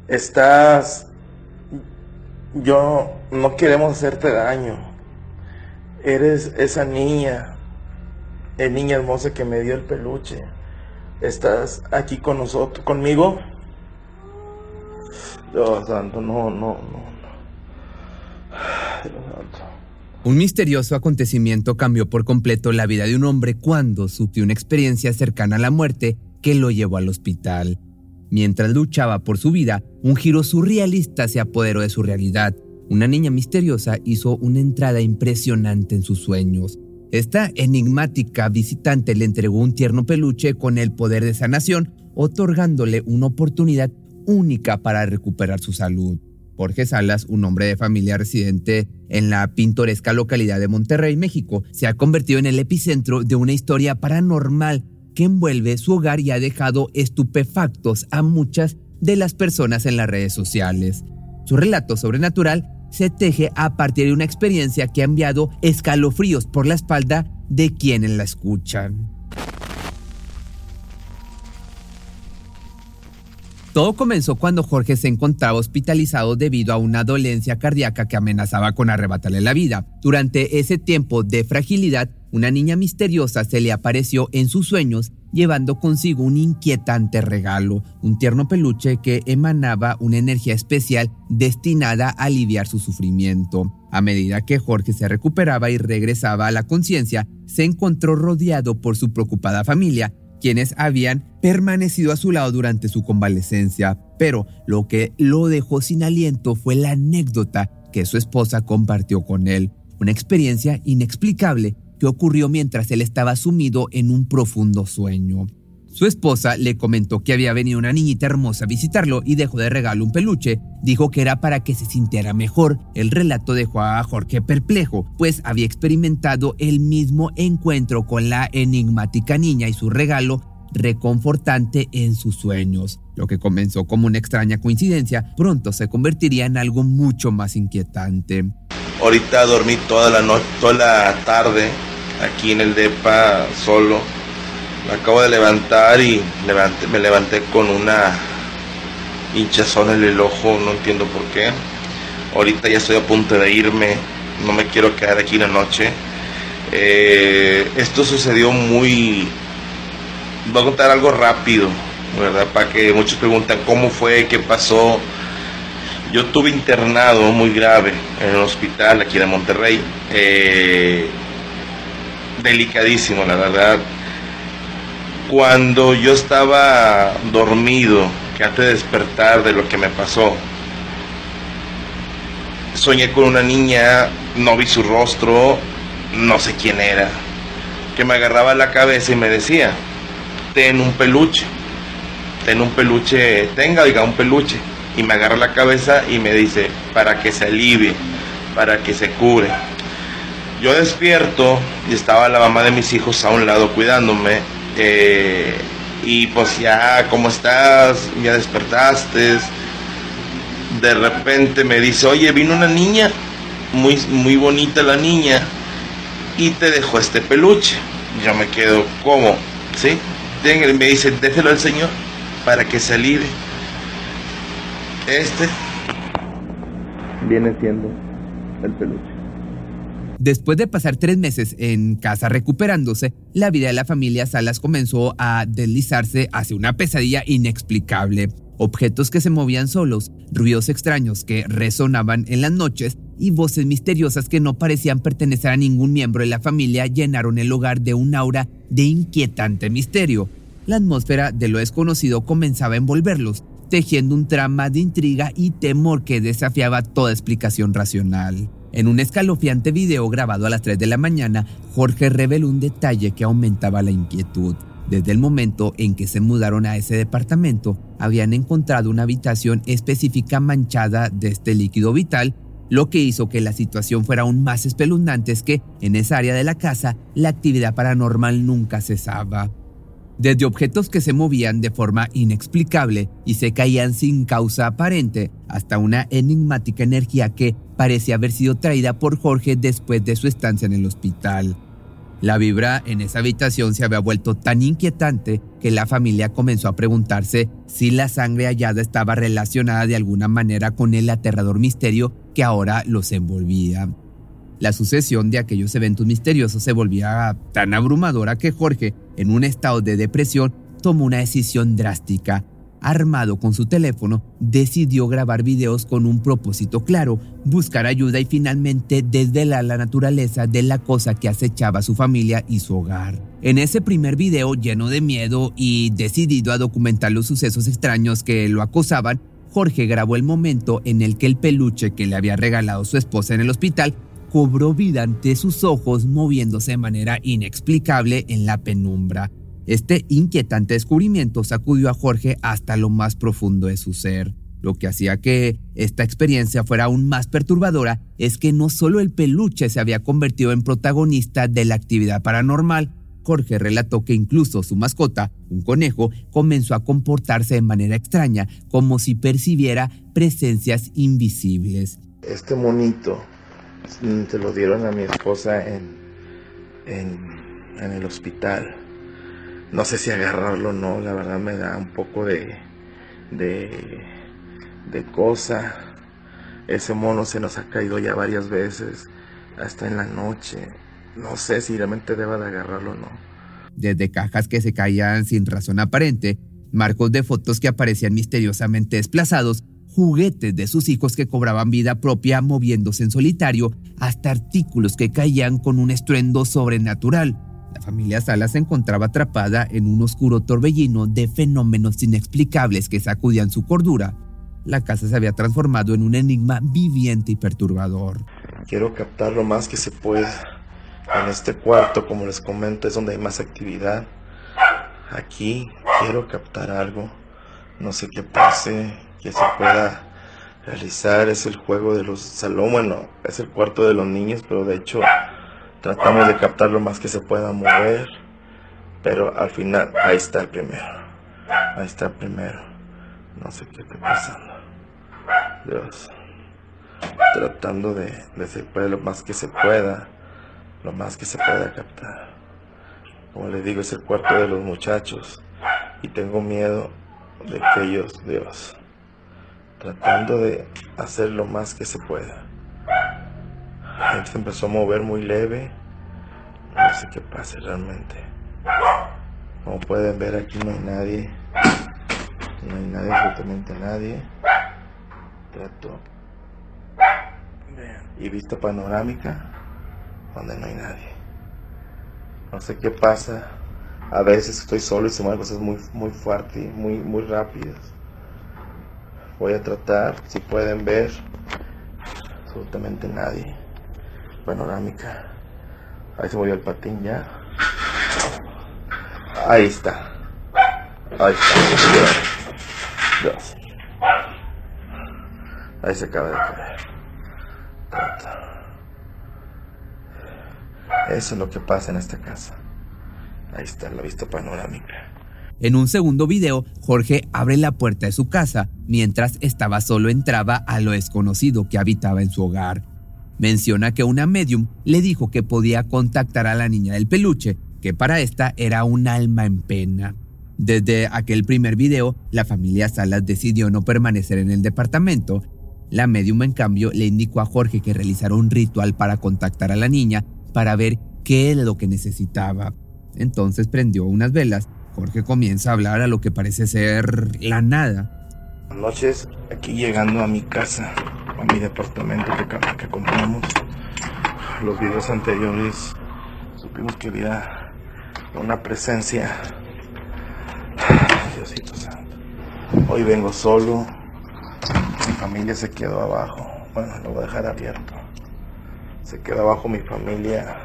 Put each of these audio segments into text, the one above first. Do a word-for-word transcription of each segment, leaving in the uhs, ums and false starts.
Estás... Yo no queremos hacerte daño. Eres esa niña, la niña hermosa que me dio el peluche. ¿Estás aquí con nosotros, conmigo? Dios santo, no, no, no. Dios santo. Un misterioso acontecimiento cambió por completo la vida de un hombre cuando sufrió una experiencia cercana a la muerte que lo llevó al hospital. Mientras luchaba por su vida, un giro surrealista se apoderó de su realidad. Una niña misteriosa hizo una entrada impresionante en sus sueños. Esta enigmática visitante le entregó un tierno peluche con el poder de sanación, otorgándole una oportunidad única para recuperar su salud. Jorge Salas, un hombre de familia residente en la pintoresca localidad de Monterrey, México, se ha convertido en el epicentro de una historia paranormal que envuelve su hogar y ha dejado estupefactos a muchas de las personas en las redes sociales. Su relato sobrenatural se teje a partir de una experiencia que ha enviado escalofríos por la espalda de quienes la escuchan. Todo comenzó cuando Jorge se encontraba hospitalizado debido a una dolencia cardíaca que amenazaba con arrebatarle la vida. Durante ese tiempo de fragilidad, una niña misteriosa se le apareció en sus sueños llevando consigo un inquietante regalo, un tierno peluche que emanaba una energía especial destinada a aliviar su sufrimiento. A medida que Jorge se recuperaba y regresaba a la conciencia, se encontró rodeado por su preocupada familia, quienes habían permanecido a su lado durante su convalecencia. Pero lo que lo dejó sin aliento fue la anécdota que su esposa compartió con él, una experiencia inexplicable que ocurrió mientras él estaba sumido en un profundo sueño. Su esposa le comentó que había venido una niñita hermosa a visitarlo y dejó de regalo un peluche. Dijo que era para que se sintiera mejor. El relato dejó a Jorge perplejo, pues había experimentado el mismo encuentro con la enigmática niña y su regalo reconfortante en sus sueños. Lo que comenzó como una extraña coincidencia, pronto se convertiría en algo mucho más inquietante. Ahorita dormí toda la noche, toda la tarde aquí en el depa solo. Me acabo de levantar y levanté, me levanté con una hinchazón en el ojo, no entiendo por qué. Ahorita ya estoy a punto de irme, no me quiero quedar aquí la noche. Eh, esto sucedió muy... Voy a contar algo rápido, ¿verdad? Para que muchos preguntan cómo fue, qué pasó. Yo estuve internado muy grave en el hospital aquí de Monterrey. Eh, delicadísimo, la verdad. Cuando yo estaba dormido, que antes de despertar de lo que me pasó, soñé con una niña, no vi su rostro, no sé quién era, que me agarraba la cabeza y me decía: ten un peluche, ten un peluche, tenga, diga, un peluche. Y me agarra la cabeza y me dice, para que se alivie, para que se cure. Yo despierto y estaba la mamá de mis hijos a un lado cuidándome. Eh, y pues ya, ¿cómo estás? ¿Ya despertaste? De repente me dice, oye, vino una niña, muy, muy bonita la niña, y te dejó este peluche. Yo me quedo, ¿cómo? ¿Sí? Y me dice, déjelo al señor para que se alivie. Este viene siendo el peluche. Después de pasar tres meses en casa recuperándose, la vida de la familia Salas comenzó a deslizarse hacia una pesadilla inexplicable. Objetos que se movían solos, ruidos extraños que resonaban en las noches y voces misteriosas que no parecían pertenecer a ningún miembro de la familia llenaron el hogar de un aura de inquietante misterio. La atmósfera de lo desconocido comenzaba a envolverlos, tejiendo un trama de intriga y temor que desafiaba toda explicación racional. En un escalofriante video grabado a las tres de la mañana, Jorge reveló un detalle que aumentaba la inquietud. Desde el momento en que se mudaron a ese departamento, habían encontrado una habitación específica manchada de este líquido vital, lo que hizo que la situación fuera aún más espeluznante. Es que en esa área de la casa, la actividad paranormal nunca cesaba. Desde objetos que se movían de forma inexplicable y se caían sin causa aparente, hasta una enigmática energía que parecía haber sido traída por Jorge después de su estancia en el hospital. La vibra en esa habitación se había vuelto tan inquietante que la familia comenzó a preguntarse si la sangre hallada estaba relacionada de alguna manera con el aterrador misterio que ahora los envolvía. La sucesión de aquellos eventos misteriosos se volvía tan abrumadora que Jorge, en un estado de depresión, tomó una decisión drástica. Armado con su teléfono, decidió grabar videos con un propósito claro: buscar ayuda y finalmente desvelar la naturaleza de la cosa que acechaba a su familia y su hogar. En ese primer video, lleno de miedo y decidido a documentar los sucesos extraños que lo acosaban, Jorge grabó el momento en el que el peluche que le había regalado su esposa en el hospital cobró vida ante sus ojos, moviéndose de manera inexplicable en la penumbra. Este inquietante descubrimiento sacudió a Jorge hasta lo más profundo de su ser. Lo que hacía que esta experiencia fuera aún más perturbadora es que no solo el peluche se había convertido en protagonista de la actividad paranormal. Jorge relató que incluso su mascota, un conejo, comenzó a comportarse de manera extraña, como si percibiera presencias invisibles. Este monito se lo dieron a mi esposa en, en, en el hospital. No sé si agarrarlo o no, la verdad me da un poco de, de, de cosa. Ese mono se nos ha caído ya varias veces, hasta en la noche. No sé si realmente deba de agarrarlo o no. Desde cajas que se caían sin razón aparente, marcos de fotos que aparecían misteriosamente desplazados, juguetes de sus hijos que cobraban vida propia moviéndose en solitario, hasta artículos que caían con un estruendo sobrenatural. La familia Salas se encontraba atrapada en un oscuro torbellino de fenómenos inexplicables que sacudían su cordura. La casa se había transformado en un enigma viviente y perturbador. Quiero captar lo más que se pueda. En este cuarto, como les comento, es donde hay más actividad. Aquí quiero captar algo. No sé qué pase, que se pueda realizar. Es el juego de los salón, bueno, es el cuarto de los niños, pero de hecho tratamos de captar lo más que se pueda mover, pero al final, ahí está el primero, ahí está el primero, no sé qué está pasando, Dios, tratando de, de separar lo más que se pueda, lo más que se pueda captar. Como les digo, es el cuarto de los muchachos, y tengo miedo de que ellos, Dios, tratando de hacer lo más que se pueda. Él se empezó a mover muy leve. No sé qué pasa realmente. Como pueden ver, aquí no hay nadie. No hay nadie, absolutamente nadie. Trato. Vean. Y vista panorámica donde no hay nadie. No sé qué pasa. A veces estoy solo y se mueven cosas muy, muy fuertes, muy, muy rápidas. Voy a tratar, si pueden ver, absolutamente nadie. Panorámica. Ahí se movió el patín ya. Ahí está. Ahí está. Dios. Ahí se acaba de caer. Eso es lo que pasa en esta casa. Ahí está la vista panorámica. En un segundo video, Jorge abre la puerta de su casa. Mientras estaba solo, entraba a lo desconocido que habitaba en su hogar. Menciona que una medium le dijo que podía contactar a la niña del peluche, que para esta era un alma en pena. Desde aquel primer video, la familia Salas decidió no permanecer en el departamento. La medium, en cambio, le indicó a Jorge que realizara un ritual para contactar a la niña para ver qué es lo que necesitaba. Entonces prendió unas velas. Jorge comienza a hablar a lo que parece ser la nada. Buenas noches, aquí llegando a mi casa, a mi departamento que, que compramos. Los videos anteriores supimos que había una presencia. Diosito santo. Hoy vengo solo. Mi familia se quedó abajo. Bueno, lo voy a dejar abierto. Se quedó abajo mi familia.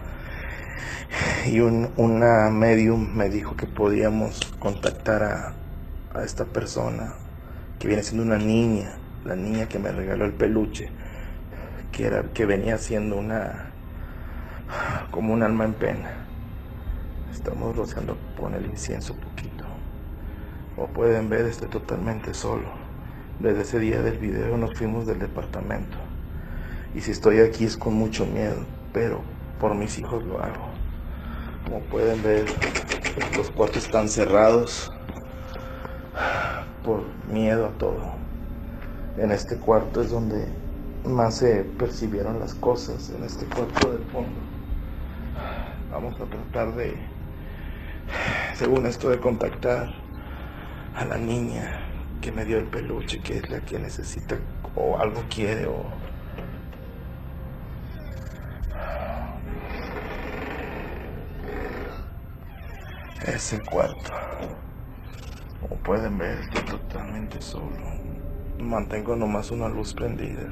Y un, una medium me dijo que podíamos contactar a, a esta persona, que viene siendo una niña, la niña que me regaló el peluche, que, era, que venía siendo una, como un alma en pena. Estamos rociando con el incienso poquito. Como pueden ver, estoy totalmente solo. Desde ese día del video nos fuimos del departamento. Y si estoy aquí es con mucho miedo, pero por mis hijos lo hago. Como pueden ver, los cuartos están cerrados por miedo a todo. En este cuarto es donde más se percibieron las cosas, en este cuarto del fondo. Vamos a tratar de, según esto, de contactar a la niña que me dio el peluche, que es la que necesita o algo quiere o... Es el cuarto. Como pueden ver, estoy totalmente solo. Mantengo nomás una luz prendida.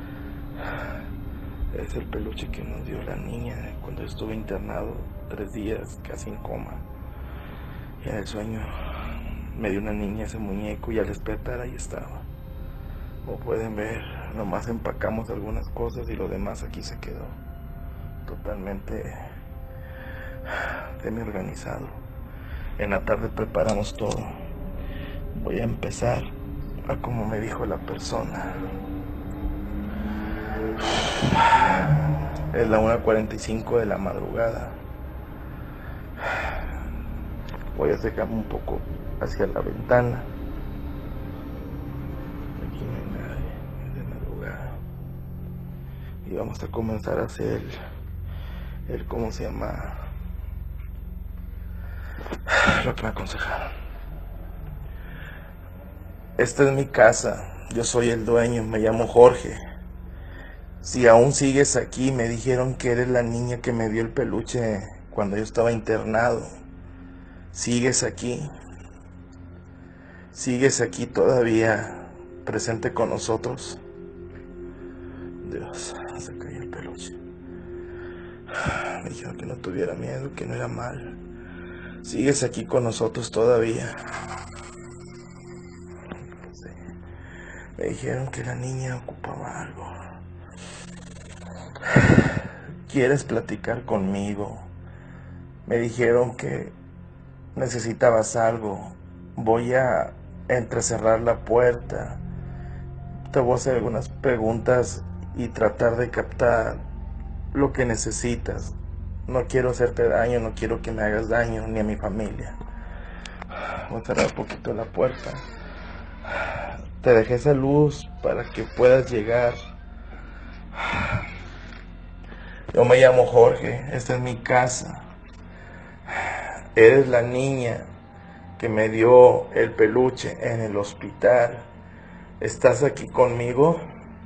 Es el peluche que nos dio la niña cuando estuve internado tres días, casi en coma. Y en el sueño me dio una niña ese muñeco y al despertar ahí estaba. Como pueden ver, nomás empacamos algunas cosas y lo demás aquí se quedó. Totalmente semi-organizado. En la tarde preparamos todo. Voy a empezar a como me dijo la persona. Es la una cuarenta y cinco de la madrugada. Voy a acercarme un poco hacia la ventana. Aquí no hay nadie, es de madrugada. Y vamos a comenzar a hacer el, el ¿cómo se llama? Lo que me aconsejaron. Esta es mi casa, yo soy el dueño, me llamo Jorge. Si aún sigues aquí, me dijeron que eres la niña que me dio el peluche cuando yo estaba internado. ¿Sigues aquí? ¿Sigues aquí todavía presente con nosotros? Dios, se cayó el peluche. Me dijeron que no tuviera miedo, que no era mal. ¿Sigues aquí con nosotros todavía? Sí. Me dijeron que la niña ocupaba algo. ¿Quieres platicar conmigo? Me dijeron que necesitabas algo. Voy a entrecerrar la puerta. Te voy a hacer algunas preguntas y tratar de captar lo que necesitas. No quiero hacerte daño, no quiero que me hagas daño, ni a mi familia. Voy a cerrar un poquito la puerta. Te dejé esa luz para que puedas llegar. Yo me llamo Jorge, esta es mi casa. Eres la niña que me dio el peluche en el hospital. ¿Estás aquí conmigo?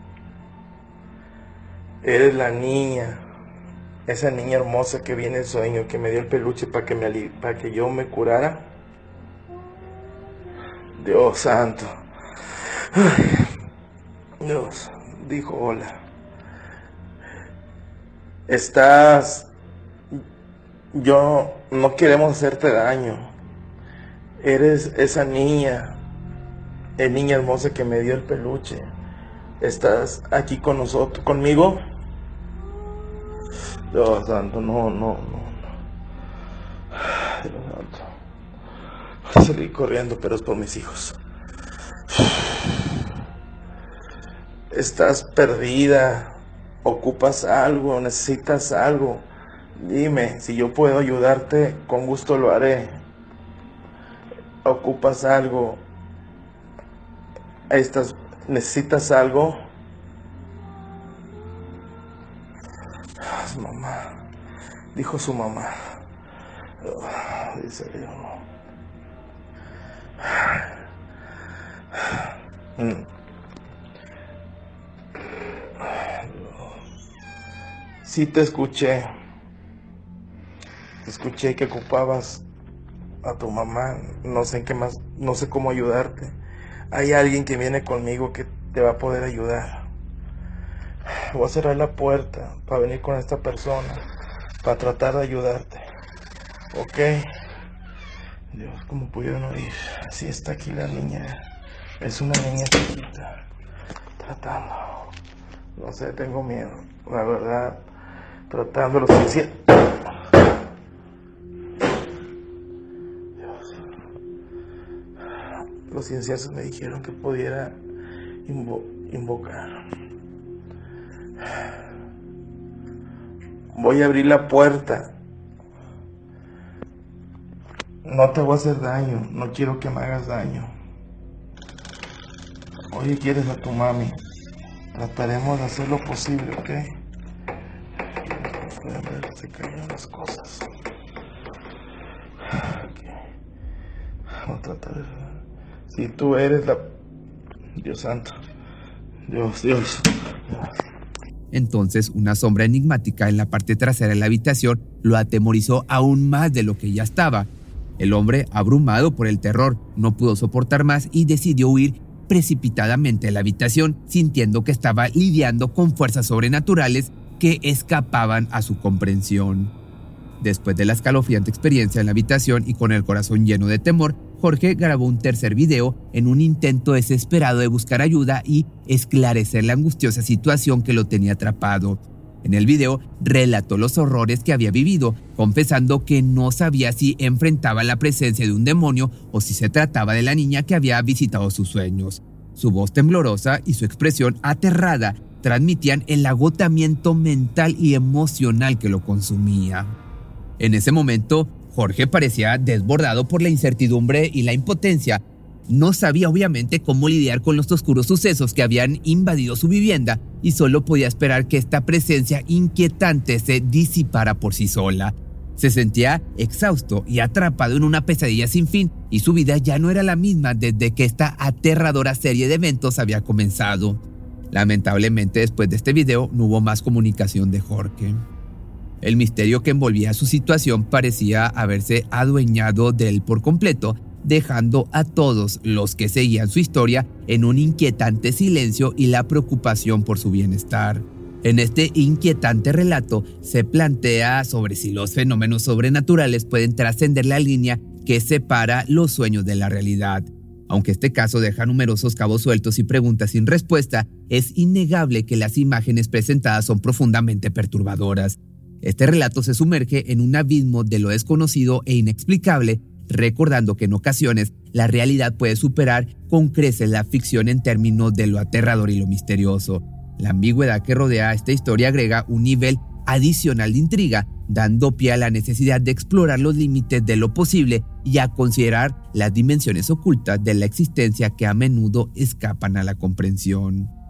Eres la niña, esa niña hermosa que vi en el sueño, que me dio el peluche para que, me, para que yo me curara. Dios santo. Dios dijo hola. Estás... Yo no queremos hacerte daño. Eres esa niña, la niña hermosa que me dio el peluche. ¿Estás aquí con nosotros, conmigo? Dios santo, no, no, no, no. Dios santo. Voy a salir corriendo, pero es por mis hijos. Estás perdida. ¿Ocupas algo? ¿Necesitas algo? Dime, si yo puedo ayudarte, con gusto lo haré. ¿Ocupas algo? Estás, ¿necesitas algo? Mamá, dijo su mamá. Oh, dice Dios. Mm. Sí te escuché. Te escuché que ocupabas a tu mamá. No sé en qué más, no sé cómo ayudarte. Hay alguien que viene conmigo que te va a poder ayudar. Voy a cerrar la puerta para venir con esta persona, para tratar de ayudarte. ¿Ok? Dios, ¿cómo pudieron oír? Así está aquí la niña. Es una niña chiquita. Tratando. No sé, tengo miedo. La verdad, tratando lo suficiente. Dios. Los ciencianos me dijeron que pudiera invo invocar. Voy a abrir la puerta No te voy a hacer daño, no quiero que me hagas daño. Oye, ¿quieres a tu mami? Trataremos de hacer lo posible, ¿ok? Pueden ver, se cayeron las cosas. Okay. Vamos a tratar de... Si tú eres la... Dios santo. Dios, Dios. Entonces, una sombra enigmática en la parte trasera de la habitación lo atemorizó aún más de lo que ya estaba. El hombre, abrumado por el terror, no pudo soportar más y decidió huir precipitadamente de la habitación, sintiendo que estaba lidiando con fuerzas sobrenaturales que escapaban a su comprensión. Después de la escalofriante experiencia en la habitación y con el corazón lleno de temor, Jorge grabó un tercer video en un intento desesperado de buscar ayuda y esclarecer la angustiosa situación que lo tenía atrapado. En el video relató los horrores que había vivido, confesando que no sabía si enfrentaba la presencia de un demonio o si se trataba de la niña que había visitado sus sueños. Su voz temblorosa y su expresión aterrada transmitían el agotamiento mental y emocional que lo consumía. En ese momento, Jorge parecía desbordado por la incertidumbre y la impotencia. No sabía obviamente cómo lidiar con los oscuros sucesos que habían invadido su vivienda y solo podía esperar que esta presencia inquietante se disipara por sí sola. Se sentía exhausto y atrapado en una pesadilla sin fin y su vida ya no era la misma desde que esta aterradora serie de eventos había comenzado. Lamentablemente, después de este video no hubo más comunicación de Jorge. El misterio que envolvía su situación parecía haberse adueñado de él por completo, dejando a todos los que seguían su historia en un inquietante silencio y la preocupación por su bienestar. En este inquietante relato se plantea sobre si los fenómenos sobrenaturales pueden trascender la línea que separa los sueños de la realidad. Aunque este caso deja numerosos cabos sueltos y preguntas sin respuesta, es innegable que las imágenes presentadas son profundamente perturbadoras. Este relato se sumerge en un abismo de lo desconocido e inexplicable, recordando que en ocasiones la realidad puede superar con creces la ficción en términos de lo aterrador y lo misterioso. La ambigüedad que rodea esta historia agrega un nivel adicional de intriga, dando pie a la necesidad de explorar los límites de lo posible y a considerar las dimensiones ocultas de la existencia que a menudo escapan a la comprensión.